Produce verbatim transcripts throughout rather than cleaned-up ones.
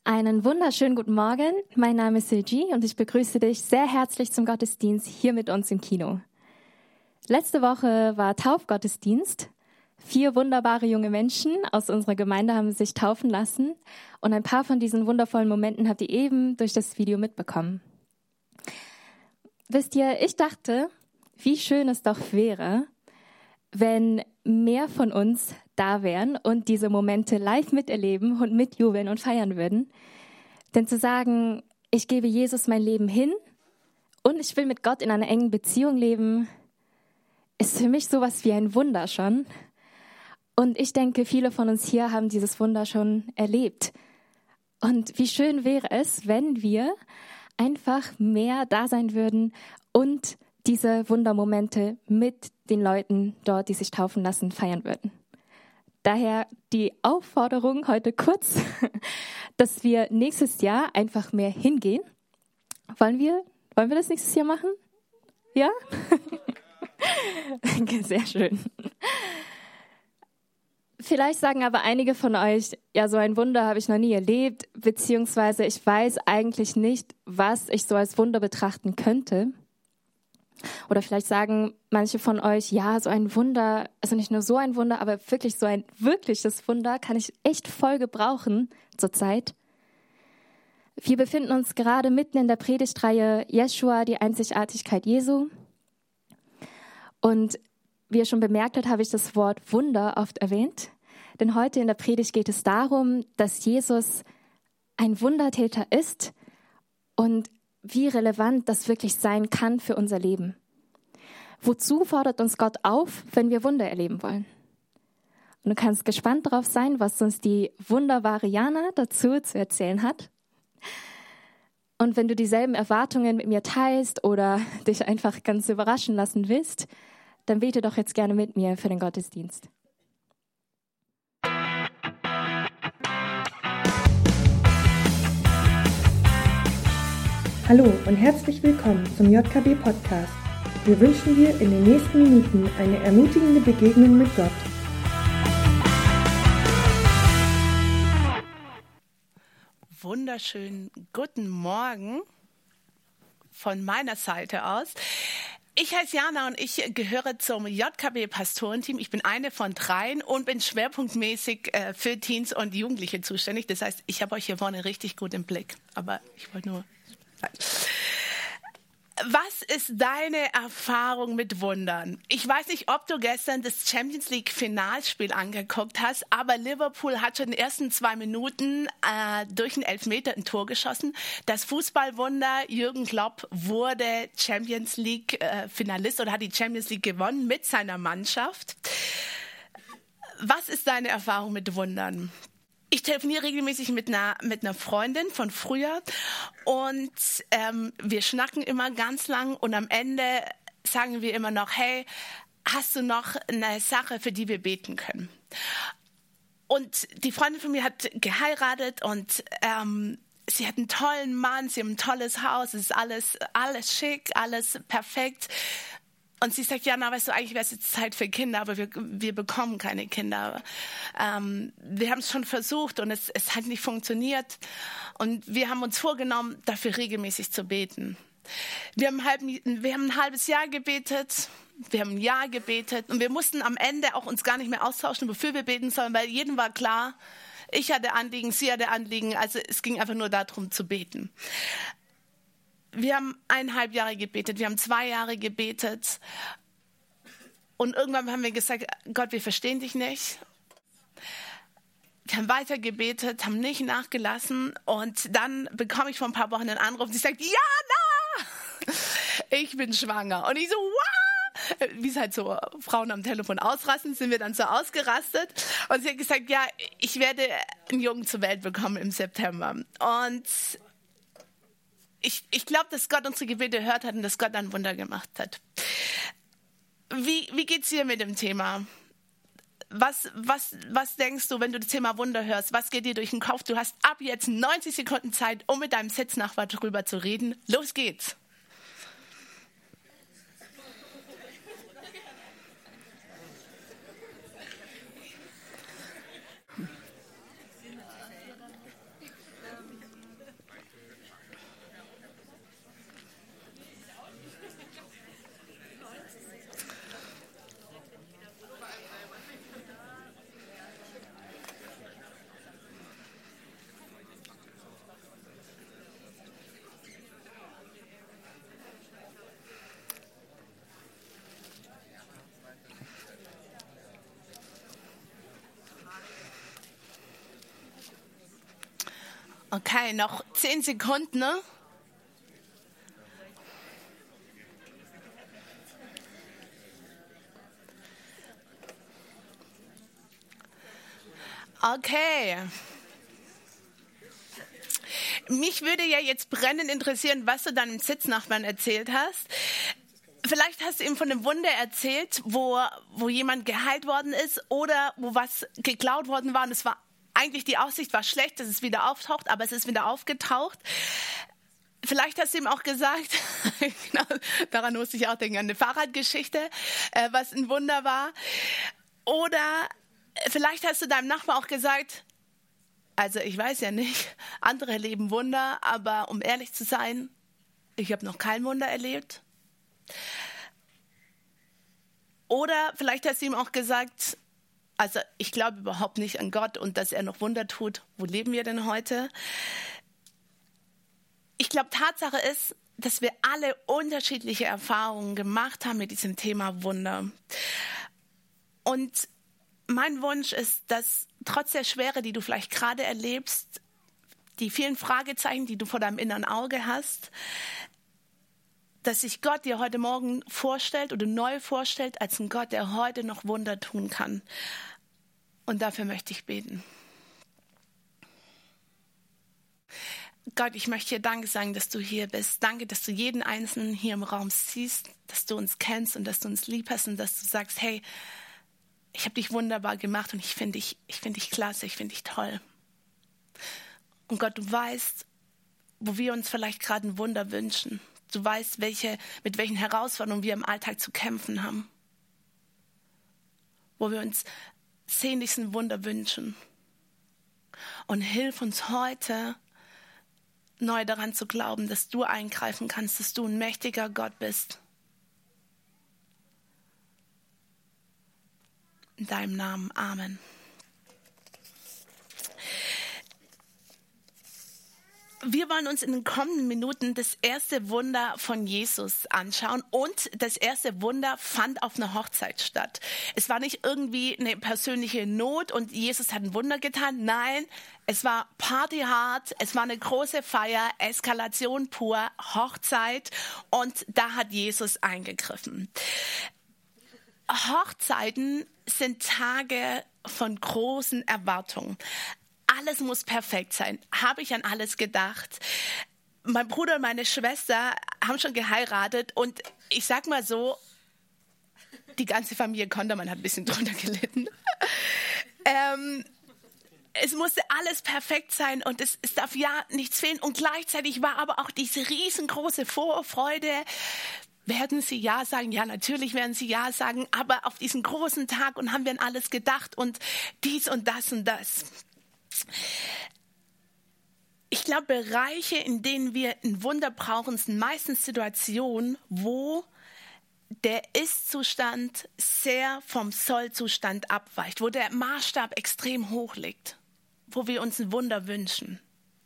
Einen wunderschönen guten Morgen. Mein Name ist Silji und ich begrüße dich sehr herzlich zum Gottesdienst hier mit uns im Kino. Letzte Woche war Taufgottesdienst. Vier wunderbare junge Menschen aus unserer Gemeinde haben sich taufen lassen und ein paar von diesen wundervollen Momenten habt ihr eben durch das Video mitbekommen. Wisst ihr, ich dachte, wie schön es doch wäre, wenn mehr von uns da wären und diese Momente live miterleben und mitjubeln und feiern würden. Denn zu sagen, ich gebe Jesus mein Leben hin und ich will mit Gott in einer engen Beziehung leben, ist für mich sowas wie ein Wunder schon. Und ich denke, viele von uns hier haben dieses Wunder schon erlebt. Und wie schön wäre es, wenn wir einfach mehr da sein würden und diese Wundermomente mit den Leuten dort, die sich taufen lassen, feiern würden. Daher die Aufforderung heute kurz, dass wir nächstes Jahr einfach mehr hingehen. Wollen wir, wollen wir das nächstes Jahr machen? Ja? Sehr schön. Vielleicht sagen aber einige von euch, ja, so ein Wunder habe ich noch nie erlebt, beziehungsweise ich weiß eigentlich nicht, was ich so als Wunder betrachten könnte. Oder vielleicht sagen manche von euch, ja, so ein Wunder, also nicht nur so ein Wunder, aber wirklich so ein wirkliches Wunder kann ich echt voll gebrauchen zurzeit. Wir befinden uns gerade mitten in der Predigtreihe Jeschua, die Einzigartigkeit Jesu. Und wie ihr schon bemerkt habt, habe ich das Wort Wunder oft erwähnt. Denn heute in der Predigt geht es darum, dass Jesus ein Wundertäter ist und wie relevant das wirklich sein kann für unser Leben. Wozu fordert uns Gott auf, wenn wir Wunder erleben wollen? Und du kannst gespannt darauf sein, was uns die wunderbare Jana dazu zu erzählen hat. Und wenn du dieselben Erwartungen mit mir teilst oder dich einfach ganz überraschen lassen willst, dann bete doch jetzt gerne mit mir für den Gottesdienst. Hallo und herzlich willkommen zum J K B Podcast. Wir wünschen dir in den nächsten Minuten eine ermutigende Begegnung mit Gott. Wunderschönen guten Morgen von meiner Seite aus. Ich heiße Jana und ich gehöre zum J K B-Pastorenteam. Ich bin eine von dreien und bin schwerpunktmäßig äh, für Teens und Jugendliche zuständig. Das heißt, ich habe euch hier vorne richtig gut im Blick. Aber ich wollte nur... Was ist deine Erfahrung mit Wundern? Ich weiß nicht, ob du gestern das Champions League Finalspiel angeguckt hast, aber Liverpool hat schon in den ersten zwei Minuten äh, durch einen Elfmeter ein Tor geschossen. Das Fußballwunder Jürgen Klopp wurde Champions League äh, Finalist oder hat die Champions League gewonnen mit seiner Mannschaft. Was ist deine Erfahrung mit Wundern? Ich telefoniere regelmäßig mit einer, mit einer Freundin von früher und ähm, wir schnacken immer ganz lang und am Ende sagen wir immer noch, hey, hast du noch eine Sache, für die wir beten können? Und die Freundin von mir hat geheiratet und ähm, sie hat einen tollen Mann, sie haben ein tolles Haus, es ist alles, alles schick, alles perfekt. Und sie sagt, ja, na, weißt du, eigentlich wäre es jetzt Zeit für Kinder, aber wir, wir bekommen keine Kinder. Ähm, wir haben es schon versucht und es, es hat nicht funktioniert. Und wir haben uns vorgenommen, dafür regelmäßig zu beten. Wir haben, halb, wir haben ein halbes Jahr gebetet, wir haben ein Jahr gebetet und wir mussten am Ende auch uns gar nicht mehr austauschen, wofür wir beten sollen, weil jedem war klar, ich hatte Anliegen, sie hatte Anliegen, also es ging einfach nur darum zu beten. Wir haben eineinhalb Jahre gebetet, wir haben zwei Jahre gebetet und irgendwann haben wir gesagt, Gott, wir verstehen dich nicht. Wir haben weiter gebetet, haben nicht nachgelassen und dann bekomme ich vor ein paar Wochen einen Anruf und sie sagt, Jana, ich bin schwanger. Und ich so, wow! Wie es halt so Frauen am Telefon ausrasten, sind wir dann so ausgerastet. Und sie hat gesagt, ja, ich werde einen Jungen zur Welt bekommen im September. Und Ich, ich glaube, dass Gott unsere Gebete gehört hat und dass Gott ein Wunder gemacht hat. Wie, wie geht's dir mit dem Thema? Was, was, was denkst du, wenn du das Thema Wunder hörst? Was geht dir durch den Kopf? Du hast ab jetzt neunzig Sekunden Zeit, um mit deinem Sitznachbar darüber zu reden. Los geht's. Okay, noch zehn Sekunden, ne? Okay. Mich würde ja jetzt brennend interessieren, was du deinem Sitznachbarn erzählt hast. Vielleicht hast du ihm von einem Wunder erzählt, wo, wo jemand geheilt worden ist oder wo was geklaut worden war. Und es war eigentlich, die Aussicht war schlecht, dass es wieder auftaucht, aber es ist wieder aufgetaucht. Vielleicht hast du ihm auch gesagt, genau, daran musste ich auch denken, an eine Fahrradgeschichte, äh, was ein Wunder war. Oder vielleicht hast du deinem Nachbar auch gesagt, also ich weiß ja nicht, andere erleben Wunder, aber um ehrlich zu sein, ich habe noch kein Wunder erlebt. Oder vielleicht hast du ihm auch gesagt, also ich glaube überhaupt nicht an Gott und dass er noch Wunder tut. Wo leben wir denn heute? Ich glaube, Tatsache ist, dass wir alle unterschiedliche Erfahrungen gemacht haben mit diesem Thema Wunder. Und mein Wunsch ist, dass trotz der Schwere, die du vielleicht gerade erlebst, die vielen Fragezeichen, die du vor deinem inneren Auge hast, dass sich Gott dir heute Morgen vorstellt oder neu vorstellt als ein Gott, der heute noch Wunder tun kann. Und dafür möchte ich beten. Gott, ich möchte dir Danke sagen, dass du hier bist. Danke, dass du jeden Einzelnen hier im Raum siehst, dass du uns kennst und dass du uns lieb hast und dass du sagst, hey, ich habe dich wunderbar gemacht und ich finde dich, ich finde dich klasse, ich finde dich toll. Und Gott, du weißt, wo wir uns vielleicht gerade ein Wunder wünschen. Du weißt, welche, mit welchen Herausforderungen wir im Alltag zu kämpfen haben. Wo wir uns sehnlichst ein Wunder wünschen. Und hilf uns heute, neu daran zu glauben, dass du eingreifen kannst, dass du ein mächtiger Gott bist. In deinem Namen. Amen. Wir wollen uns in den kommenden Minuten das erste Wunder von Jesus anschauen und das erste Wunder fand auf einer Hochzeit statt. Es war nicht irgendwie eine persönliche Not und Jesus hat ein Wunder getan. Nein, es war partyhart, es war eine große Feier, Eskalation pur, Hochzeit und da hat Jesus eingegriffen. Hochzeiten sind Tage von großen Erwartungen. Alles muss perfekt sein. Habe ich an alles gedacht. Mein Bruder und meine Schwester haben schon geheiratet und ich sag mal so, die ganze Familie Kondermann hat ein bisschen drunter gelitten. ähm, es musste alles perfekt sein und es, es darf ja nichts fehlen. Und gleichzeitig war aber auch diese riesengroße Vorfreude. Werden Sie Ja sagen? Ja, natürlich werden Sie Ja sagen, aber auf diesen großen Tag und haben wir an alles gedacht und dies und das und das. Ich glaube, Bereiche, in denen wir ein Wunder brauchen, sind meistens Situationen, wo der Ist-Zustand sehr vom Soll-Zustand abweicht, wo der Maßstab extrem hoch liegt, wo wir uns ein Wunder wünschen.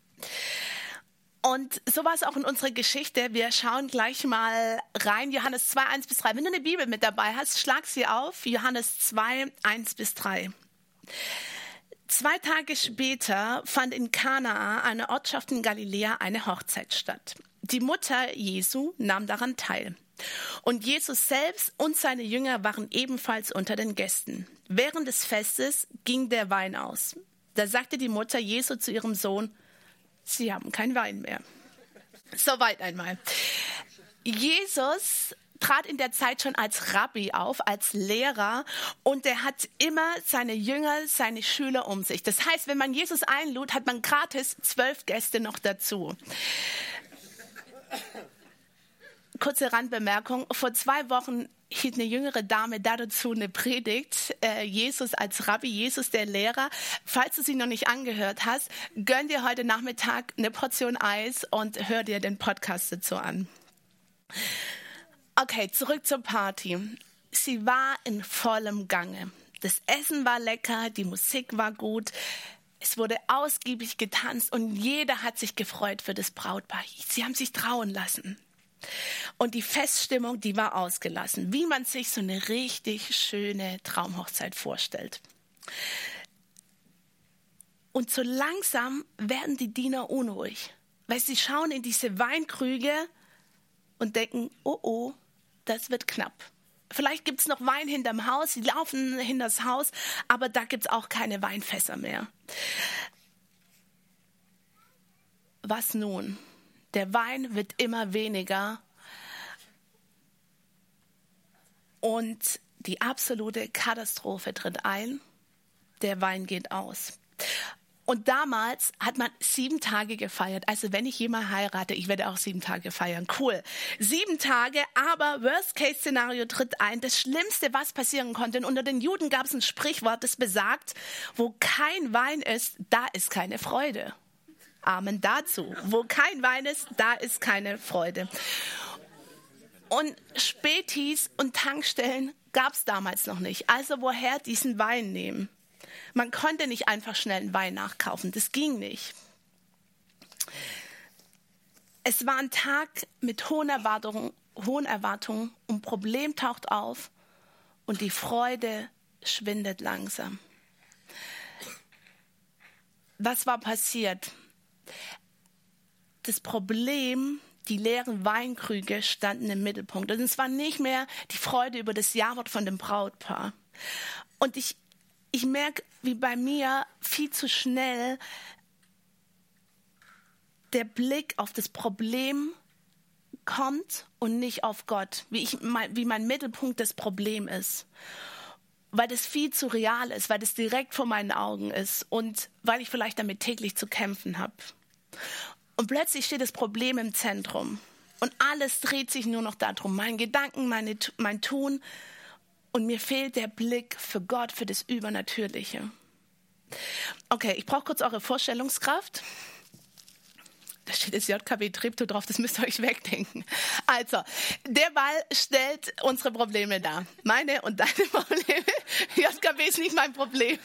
Und so war es auch in unserer Geschichte. Wir schauen gleich mal rein. Johannes zwei, eins bis drei. Wenn du eine Bibel mit dabei hast, schlag sie auf. Johannes zwei, eins bis drei. Zwei Tage später fand in Kanaa, einer Ortschaft in Galiläa, eine Hochzeit statt. Die Mutter Jesu nahm daran teil. Und Jesus selbst und seine Jünger waren ebenfalls unter den Gästen. Während des Festes ging der Wein aus. Da sagte die Mutter Jesu zu ihrem Sohn, Sie haben keinen Wein mehr. Soweit einmal. Jesus trat in der Zeit schon als Rabbi auf, als Lehrer und er hat immer seine Jünger, seine Schüler um sich. Das heißt, wenn man Jesus einlud, hat man gratis zwölf Gäste noch dazu. Kurze Randbemerkung, vor zwei Wochen hielt eine jüngere Dame dazu eine Predigt, äh, Jesus als Rabbi, Jesus der Lehrer. Falls du sie noch nicht angehört hast, gönn dir heute Nachmittag eine Portion Eis und hör dir den Podcast dazu an. Okay, zurück zur Party. Sie war in vollem Gange. Das Essen war lecker, die Musik war gut. Es wurde ausgiebig getanzt und jeder hat sich gefreut für das Brautpaar. Sie haben sich trauen lassen. Und die Feststimmung, die war ausgelassen, wie man sich so eine richtig schöne Traumhochzeit vorstellt. Und so langsam werden die Diener unruhig, weil sie schauen in diese Weinkrüge und denken, oh oh, das wird knapp. Vielleicht gibt es noch Wein hinterm Haus, sie laufen hinters Haus, aber da gibt es auch keine Weinfässer mehr. Was nun? Der Wein wird immer weniger und die absolute Katastrophe tritt ein. Der Wein geht aus. Und damals hat man sieben Tage gefeiert. Also wenn ich jemals heirate, ich werde auch sieben Tage feiern. Cool. Sieben Tage, aber Worst-Case-Szenario tritt ein. Das Schlimmste, was passieren konnte. Und unter den Juden gab es ein Sprichwort, das besagt, wo kein Wein ist, da ist keine Freude. Amen dazu. Wo kein Wein ist, da ist keine Freude. Und Spätis und Tankstellen gab es damals noch nicht. Also woher diesen Wein nehmen? Man konnte nicht einfach schnell einen Wein nachkaufen. Das ging nicht. Es war ein Tag mit hohen Erwartungen, hohen Erwartungen und ein Problem taucht auf und die Freude schwindet langsam. Was war passiert? Das Problem, die leeren Weinkrüge standen im Mittelpunkt. Und es war nicht mehr die Freude über das Jawort von dem Brautpaar. Und ich, ich merke, wie bei mir viel zu schnell der Blick auf das Problem kommt und nicht auf Gott, wie, ich, wie mein Mittelpunkt das Problem ist. Weil das viel zu real ist, weil das direkt vor meinen Augen ist und weil ich vielleicht damit täglich zu kämpfen habe. Und plötzlich steht das Problem im Zentrum und alles dreht sich nur noch darum. Mein Gedanken, meine, mein Tun und mir fehlt der Blick für Gott, für das Übernatürliche. Okay, ich brauche kurz eure Vorstellungskraft. Da steht das J K B Treptow drauf, das müsst ihr euch wegdenken. Also, der Ball stellt unsere Probleme dar. Meine und deine Probleme. J K B ist nicht mein Problem.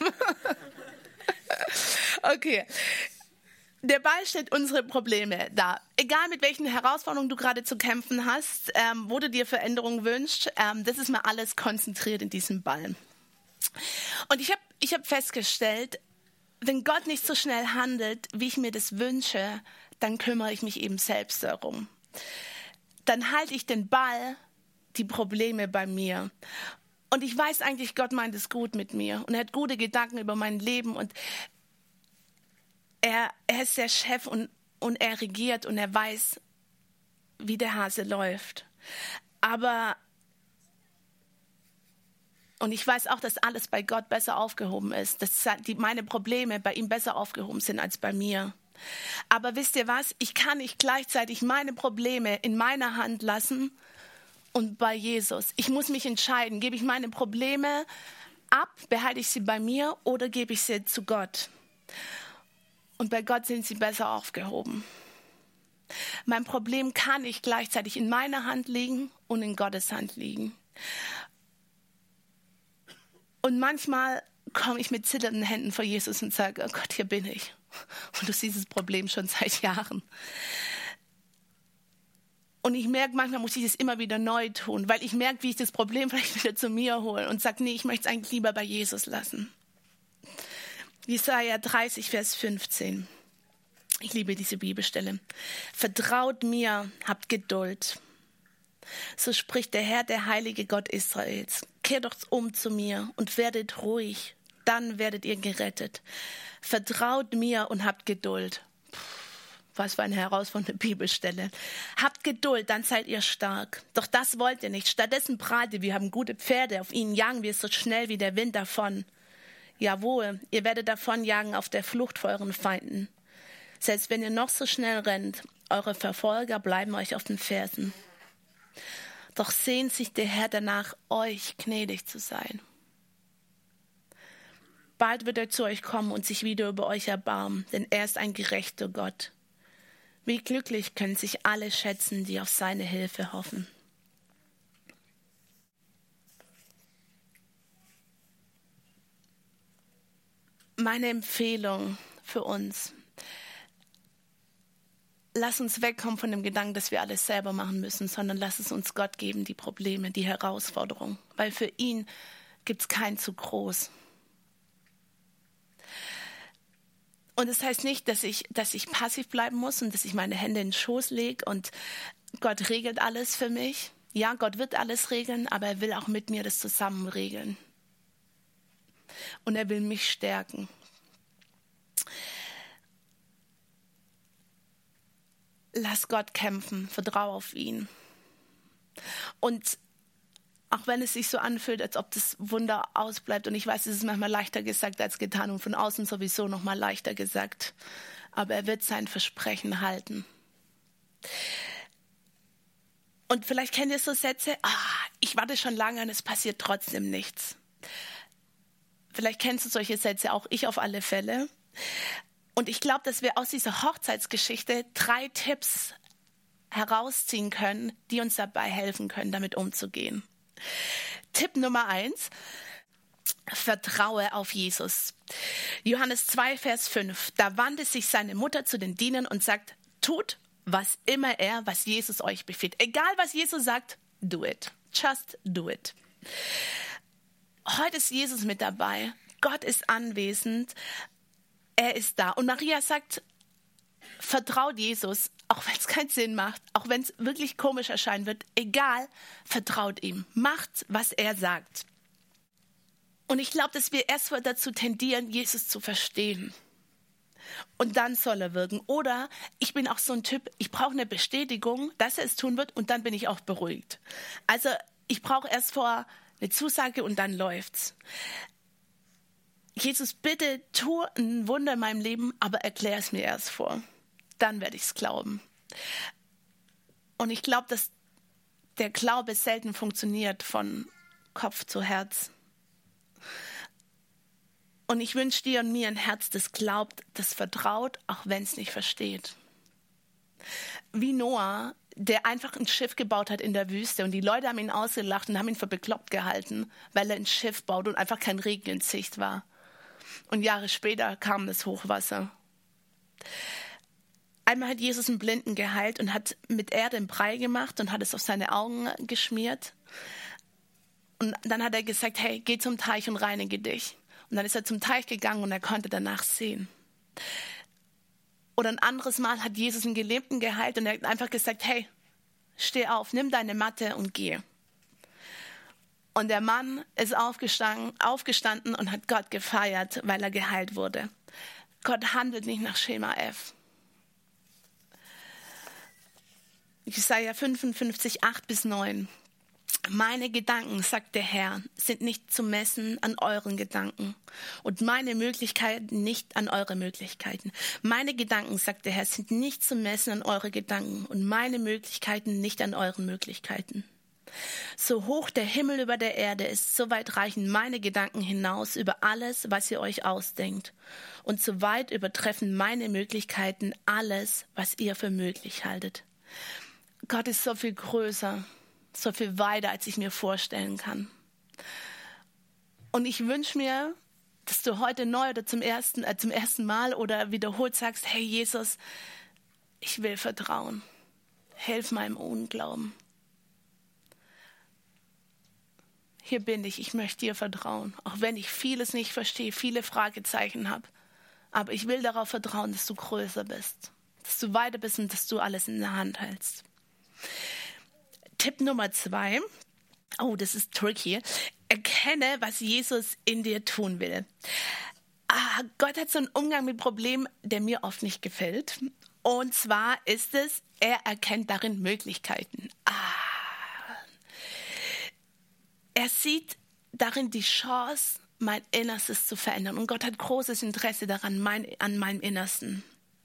Okay. Der Ball stellt unsere Probleme dar. Egal mit welchen Herausforderungen du gerade zu kämpfen hast, ähm, wo du dir Veränderungen wünschst, ähm, das ist mal alles konzentriert in diesem Ball. Und ich habe ich hab festgestellt, wenn Gott nicht so schnell handelt, wie ich mir das wünsche, dann kümmere ich mich eben selbst darum. Dann halte ich den Ball, die Probleme bei mir. Und ich weiß eigentlich, Gott meint es gut mit mir. Und er hat gute Gedanken über mein Leben. Und er, er ist der Chef und, und er regiert und er weiß, wie der Hase läuft. Aber, und ich weiß auch, dass alles bei Gott besser aufgehoben ist. Dass die, meine Probleme bei ihm besser aufgehoben sind als bei mir. Aber wisst ihr was? Ich kann nicht gleichzeitig meine Probleme in meiner Hand lassen und bei Jesus. Ich muss mich entscheiden. Gebe ich meine Probleme ab, behalte ich sie bei mir oder gebe ich sie zu Gott? Und bei Gott sind sie besser aufgehoben. Mein Problem kann nicht gleichzeitig in meiner Hand liegen und in Gottes Hand liegen. Und manchmal komme ich mit zitternden Händen vor Jesus und sage, oh Gott, hier bin ich. Und du siehst das Problem schon seit Jahren. Und ich merke, manchmal muss ich es immer wieder neu tun, weil ich merke, wie ich das Problem vielleicht wieder zu mir hole und sage, nee, ich möchte es eigentlich lieber bei Jesus lassen. Jesaja dreißig, Vers fünfzehn. Ich liebe diese Bibelstelle. Vertraut mir, habt Geduld. So spricht der Herr, der heilige Gott Israels. Kehrt doch um zu mir und werdet ruhig. Dann werdet ihr gerettet. Vertraut mir und habt Geduld. Puh, was für eine herausfordernde Bibelstelle. Habt Geduld, dann seid ihr stark. Doch das wollt ihr nicht. Stattdessen prahlt ihr, wir haben gute Pferde. Auf ihnen jagen wir so schnell wie der Wind davon. Jawohl, ihr werdet davonjagen auf der Flucht vor euren Feinden. Selbst wenn ihr noch so schnell rennt, eure Verfolger bleiben euch auf den Fersen. Doch sehnt sich der Herr danach, euch gnädig zu sein. Bald wird er zu euch kommen und sich wieder über euch erbarmen, denn er ist ein gerechter Gott. Wie glücklich können sich alle schätzen, die auf seine Hilfe hoffen. Meine Empfehlung für uns: Lass uns wegkommen von dem Gedanken, dass wir alles selber machen müssen, sondern lass es uns Gott geben, die Probleme, die Herausforderungen, weil für ihn gibt es kein zu groß. Und das heißt nicht, dass ich, dass ich passiv bleiben muss und dass ich meine Hände in den Schoß lege und Gott regelt alles für mich. Ja, Gott wird alles regeln, aber er will auch mit mir das zusammen regeln. Und er will mich stärken. Lass Gott kämpfen, vertraue auf ihn. Und auch wenn es sich so anfühlt, als ob das Wunder ausbleibt, und ich weiß, es ist manchmal leichter gesagt als getan und von außen sowieso noch mal leichter gesagt, aber er wird sein Versprechen halten. Und vielleicht kennt ihr so Sätze, ah, ich warte schon lange und es passiert trotzdem nichts. Vielleicht kennst du solche Sätze, auch ich auf alle Fälle. Und ich glaube, dass wir aus dieser Hochzeitsgeschichte drei Tipps herausziehen können, die uns dabei helfen können, damit umzugehen. Tipp Nummer eins, vertraue auf Jesus. Johannes zwei, Vers fünf, da wandte sich seine Mutter zu den Dienern und sagt, tut, was immer er, was Jesus euch befiehlt. Egal, was Jesus sagt, do it. Just do it. Heute ist Jesus mit dabei. Gott ist anwesend. Er ist da. Und Maria sagt, vertraut Jesus, auch wenn es keinen Sinn macht, auch wenn es wirklich komisch erscheinen wird, egal, vertraut ihm. Macht, was er sagt. Und ich glaube, dass wir erst mal dazu tendieren, Jesus zu verstehen. Und dann soll er wirken. Oder ich bin auch so ein Typ, ich brauche eine Bestätigung, dass er es tun wird und dann bin ich auch beruhigt. Also ich brauche erst vor eine Zusage und dann läuft's. Jesus, bitte tu ein Wunder in meinem Leben, aber erklär es mir erst vor. Dann werde ich es glauben. Und ich glaube, dass der Glaube selten funktioniert von Kopf zu Herz. Und ich wünsche dir und mir ein Herz, das glaubt, das vertraut, auch wenn es nicht versteht. Wie Noah, der einfach ein Schiff gebaut hat in der Wüste und die Leute haben ihn ausgelacht und haben ihn für bekloppt gehalten, weil er ein Schiff baut und einfach kein Regen in Sicht war. Und Jahre später kam das Hochwasser. Einmal hat Jesus einen Blinden geheilt und hat mit Erde einen Brei gemacht und hat es auf seine Augen geschmiert. Und dann hat er gesagt, hey, geh zum Teich und reinige dich. Und dann ist er zum Teich gegangen und er konnte danach sehen. Oder ein anderes Mal hat Jesus einen Gelähmten geheilt und er hat einfach gesagt, hey, steh auf, nimm deine Matte und geh. Und der Mann ist aufgestanden, aufgestanden und hat Gott gefeiert, weil er geheilt wurde. Gott handelt nicht nach Schema F. Jesaja fünfundfünfzig, acht bis neun. Meine Gedanken, sagt der Herr, sind nicht zu messen an euren Gedanken und meine Möglichkeiten nicht an eure Möglichkeiten. Meine Gedanken, sagt der Herr, sind nicht zu messen an eure Gedanken und meine Möglichkeiten nicht an euren Möglichkeiten. So hoch der Himmel über der Erde ist, so weit reichen meine Gedanken hinaus über alles, was ihr euch ausdenkt. Und so weit übertreffen meine Möglichkeiten alles, was ihr für möglich haltet. Gott ist so viel größer, so viel weiter, als ich mir vorstellen kann. Und ich wünsche mir, dass du heute neu oder zum ersten, äh, zum ersten Mal oder wiederholt sagst, hey Jesus, ich will vertrauen. Hilf meinem Unglauben. Hier bin ich, ich möchte dir vertrauen, auch wenn ich vieles nicht verstehe, viele Fragezeichen habe. Aber ich will darauf vertrauen, dass du größer bist, dass du weiter bist und dass du alles in der Hand hältst. Tipp Nummer zwei, oh, das ist tricky. Erkenne, was Jesus in dir tun will. Ah, Gott hat so einen Umgang mit Problemen, der mir oft nicht gefällt. Und zwar ist es, er erkennt darin Möglichkeiten. Ah. Er sieht darin die Chance, mein Innerstes zu verändern. Und Gott hat großes Interesse daran, mein, an meinem Innersten.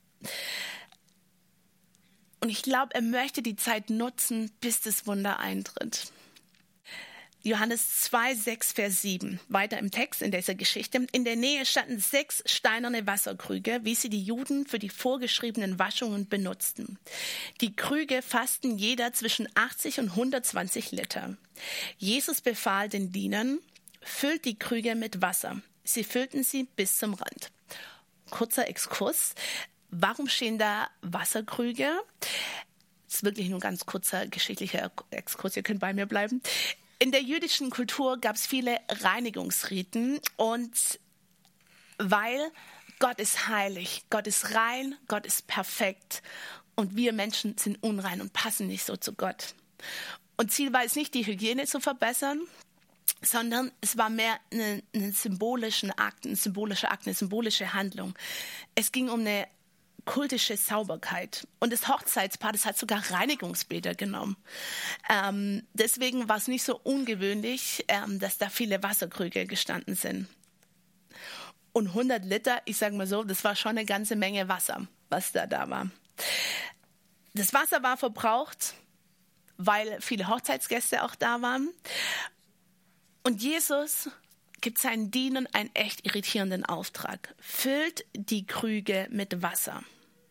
Und ich glaube, er möchte die Zeit nutzen, bis das Wunder eintritt. Johannes zwei, sechs, Vers sieben. Weiter im Text in dieser Geschichte. In der Nähe standen sechs steinerne Wasserkrüge, wie sie die Juden für die vorgeschriebenen Waschungen benutzten. Die Krüge fassten jeder zwischen achtzig und hundertzwanzig Liter. Jesus befahl den Dienern, füllt die Krüge mit Wasser. Sie füllten sie bis zum Rand. Kurzer Exkurs. Warum stehen da Wasserkrüge? Das ist wirklich nur ein ganz kurzer geschichtlicher Exkurs, ihr könnt bei mir bleiben. In der jüdischen Kultur gab es viele Reinigungsriten und weil Gott ist heilig, Gott ist rein, Gott ist perfekt. Und wir Menschen sind unrein und passen nicht so zu Gott. Und Ziel war es nicht, die Hygiene zu verbessern, sondern es war mehr eine, eine symbolische Akt, eine symbolische Akt, eine symbolische Handlung. Es ging um eine kultische Sauberkeit. Und das Hochzeitspaar, das hat sogar Reinigungsbäder genommen. Ähm, deswegen war es nicht so ungewöhnlich, ähm, dass da viele Wasserkrüge gestanden sind. Und hundert Liter, ich sage mal so, das war schon eine ganze Menge Wasser, was da da war. Das Wasser war verbraucht, weil viele Hochzeitsgäste auch da waren. Und Jesus gibt seinen Dienern einen echt irritierenden Auftrag. Füllt die Krüge mit Wasser.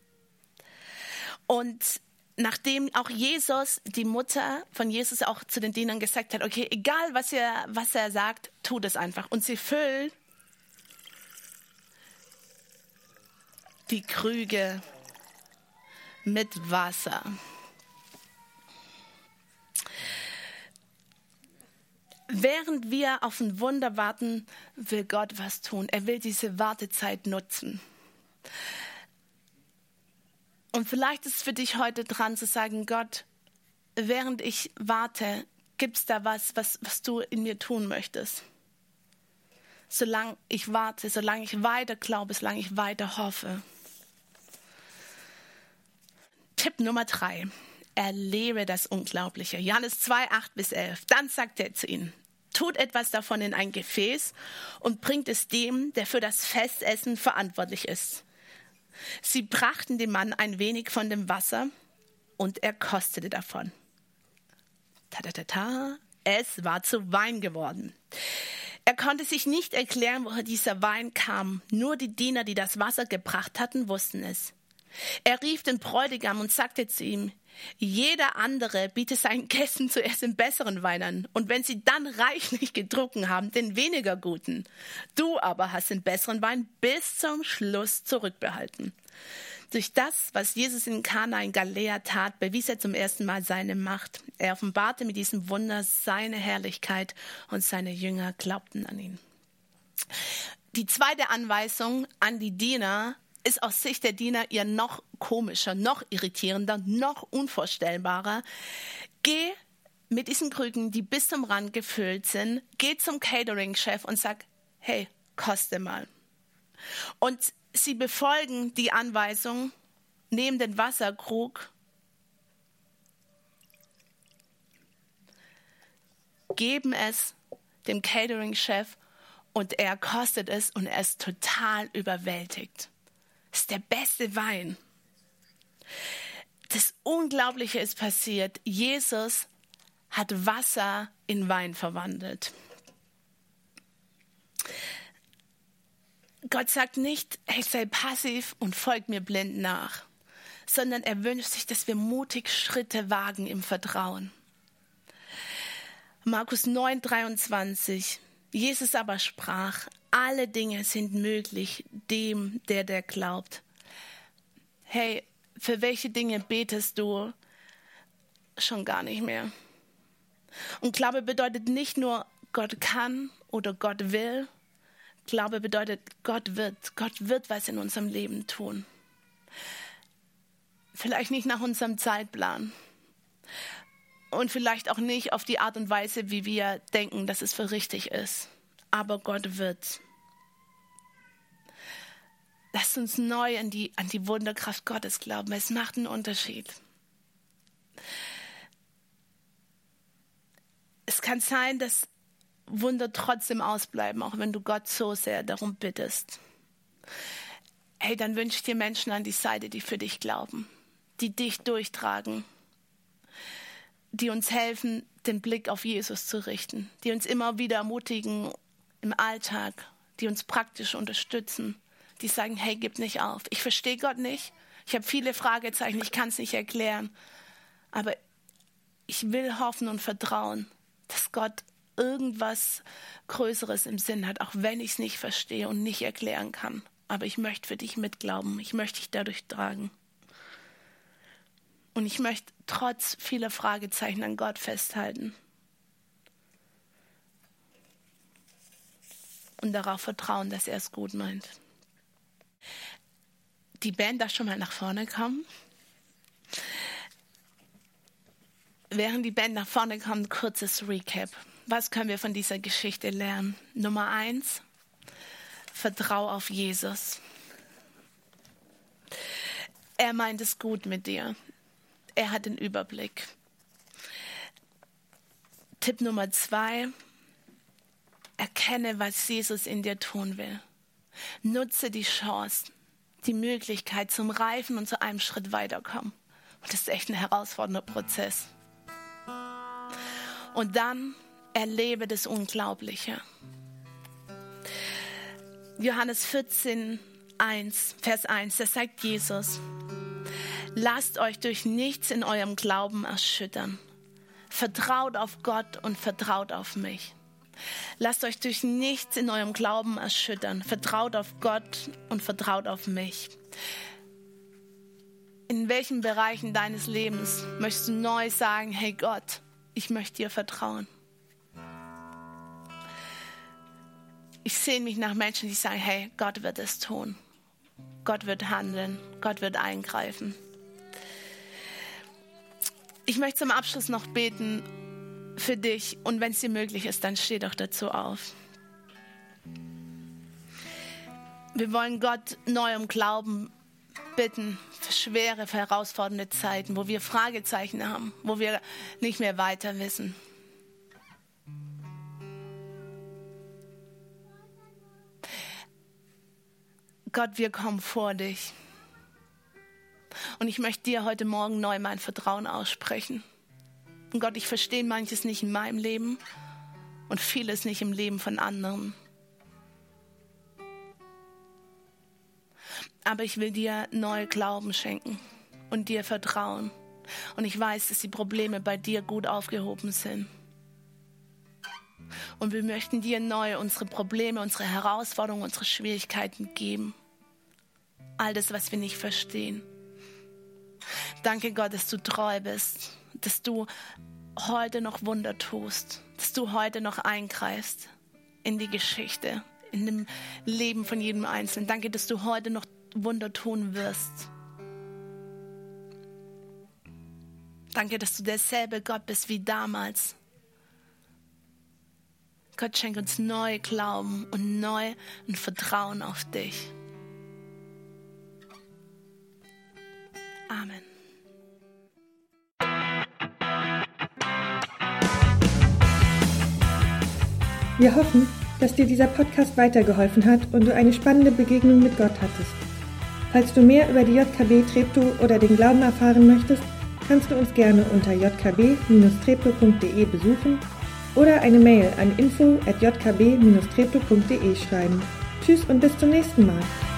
Und nachdem auch Jesus, die Mutter von Jesus, auch zu den Dienern gesagt hat, okay, egal was er, was er sagt, tut es einfach. Und sie füllen die Krüge mit Wasser. Während wir auf ein Wunder warten, will Gott was tun. Er will diese Wartezeit nutzen. Und vielleicht ist es für dich heute dran zu sagen, Gott, während ich warte, gibt es da was, was, was du in mir tun möchtest? Solange ich warte, solange ich weiter glaube, solange ich weiter hoffe. Tipp Nummer drei. Erlebe das Unglaubliche. Johannes zwei, acht bis elf. Dann sagt er zu ihnen, tut etwas davon in ein Gefäß und bringt es dem, der für das Festessen verantwortlich ist. Sie brachten dem Mann ein wenig von dem Wasser und er kostete davon. Ta, ta, ta, ta. Es war zu Wein geworden. Er konnte sich nicht erklären, woher dieser Wein kam. Nur die Diener, die das Wasser gebracht hatten, wussten es. Er rief den Bräutigam und sagte zu ihm, jeder andere bietet seinen Gästen zuerst den besseren Wein an und wenn sie dann reichlich getrunken haben, den weniger guten. Du aber hast den besseren Wein bis zum Schluss zurückbehalten. Durch das, was Jesus in Kana in Galiläa tat, bewies er zum ersten Mal seine Macht. Er offenbarte mit diesem Wunder seine Herrlichkeit und seine Jünger glaubten an ihn. Die zweite Anweisung an die Diener ist aus Sicht der Diener ihr noch komischer, noch irritierender, noch unvorstellbarer. Geh mit diesen Krügen, die bis zum Rand gefüllt sind, geh zum Catering-Chef und sag, hey, koste mal. Und sie befolgen die Anweisung, nehmen den Wasserkrug, geben es dem Catering-Chef und er kostet es und er ist total überwältigt. Das ist der beste Wein. Das Unglaubliche ist passiert. Jesus hat Wasser in Wein verwandelt. Gott sagt nicht, hey, sei passiv und folg mir blind nach, sondern er wünscht sich, dass wir mutig Schritte wagen im Vertrauen. Markus neun, dreiundzwanzig. Jesus aber sprach, alle Dinge sind möglich dem, der der glaubt. Hey, für welche Dinge betest du schon gar nicht mehr? Und Glaube bedeutet nicht nur, Gott kann oder Gott will. Glaube bedeutet, Gott wird. Gott wird was in unserem Leben tun. Vielleicht nicht nach unserem Zeitplan. Und vielleicht auch nicht auf die Art und Weise, wie wir denken, dass es für richtig ist. Aber Gott wird. Lasst uns neu an die, an die Wunderkraft Gottes glauben. Es macht einen Unterschied. Es kann sein, dass Wunder trotzdem ausbleiben, auch wenn du Gott so sehr darum bittest. Hey, dann wünsche ich dir Menschen an die Seite, die für dich glauben, die dich durchtragen, die uns helfen, den Blick auf Jesus zu richten, die uns immer wieder ermutigen im Alltag, die uns praktisch unterstützen, die sagen, hey, gib nicht auf. Ich verstehe Gott nicht, ich habe viele Fragezeichen, ich kann es nicht erklären, aber ich will hoffen und vertrauen, dass Gott irgendwas Größeres im Sinn hat, auch wenn ich es nicht verstehe und nicht erklären kann. Aber ich möchte für dich mitglauben, ich möchte dich dadurch tragen. Und ich möchte trotz vieler Fragezeichen an Gott festhalten. Und darauf vertrauen, dass er es gut meint. Die Band darf schon mal nach vorne kommen. Während die Band nach vorne kommt, kurzes Recap. Was können wir von dieser Geschichte lernen? Nummer eins, vertrau auf Jesus. Er meint es gut mit dir. Er hat den Überblick. Tipp Nummer zwei, erkenne, was Jesus in dir tun will. Nutze die Chance, die Möglichkeit zum Reifen und zu einem Schritt weiterkommen. Und das ist echt ein herausfordernder Prozess. Und dann erlebe das Unglaubliche. Johannes vierzehn, eins, Vers eins, da sagt Jesus, lasst euch durch nichts in eurem Glauben erschüttern. Vertraut auf Gott und vertraut auf mich. Lasst euch durch nichts in eurem Glauben erschüttern. Vertraut auf Gott und vertraut auf mich. In welchen Bereichen deines Lebens möchtest du neu sagen, hey Gott, ich möchte dir vertrauen? Ich sehne mich nach Menschen, die sagen, hey, Gott wird es tun. Gott wird handeln. Gott wird eingreifen. Ich möchte zum Abschluss noch beten für dich. Und wenn es dir möglich ist, dann steh doch dazu auf. Wir wollen Gott neu um Glauben bitten für schwere, für herausfordernde Zeiten, wo wir Fragezeichen haben, wo wir nicht mehr weiter wissen. Gott, wir kommen vor dich. Und ich möchte dir heute Morgen neu mein Vertrauen aussprechen. Und Gott, ich verstehe manches nicht in meinem Leben und vieles nicht im Leben von anderen. Aber ich will dir neu Glauben schenken und dir vertrauen. Und ich weiß, dass die Probleme bei dir gut aufgehoben sind. Und wir möchten dir neu unsere Probleme, unsere Herausforderungen, unsere Schwierigkeiten geben. All das, was wir nicht verstehen. Danke Gott, dass du treu bist, dass du heute noch Wunder tust, dass du heute noch eingreifst in die Geschichte, in dem Leben von jedem Einzelnen. Danke, dass du heute noch Wunder tun wirst. Danke, dass du derselbe Gott bist wie damals. Gott, schenk uns neu Glauben und neu ein Vertrauen auf dich. Amen. Wir hoffen, dass dir dieser Podcast weitergeholfen hat und du eine spannende Begegnung mit Gott hattest. Falls du mehr über die J K B Treptow oder den Glauben erfahren möchtest, kannst du uns gerne unter j k b Bindestrich treptow punkt d e besuchen oder eine Mail an info at j k b Bindestrich treptow punkt d e schreiben. Tschüss und bis zum nächsten Mal.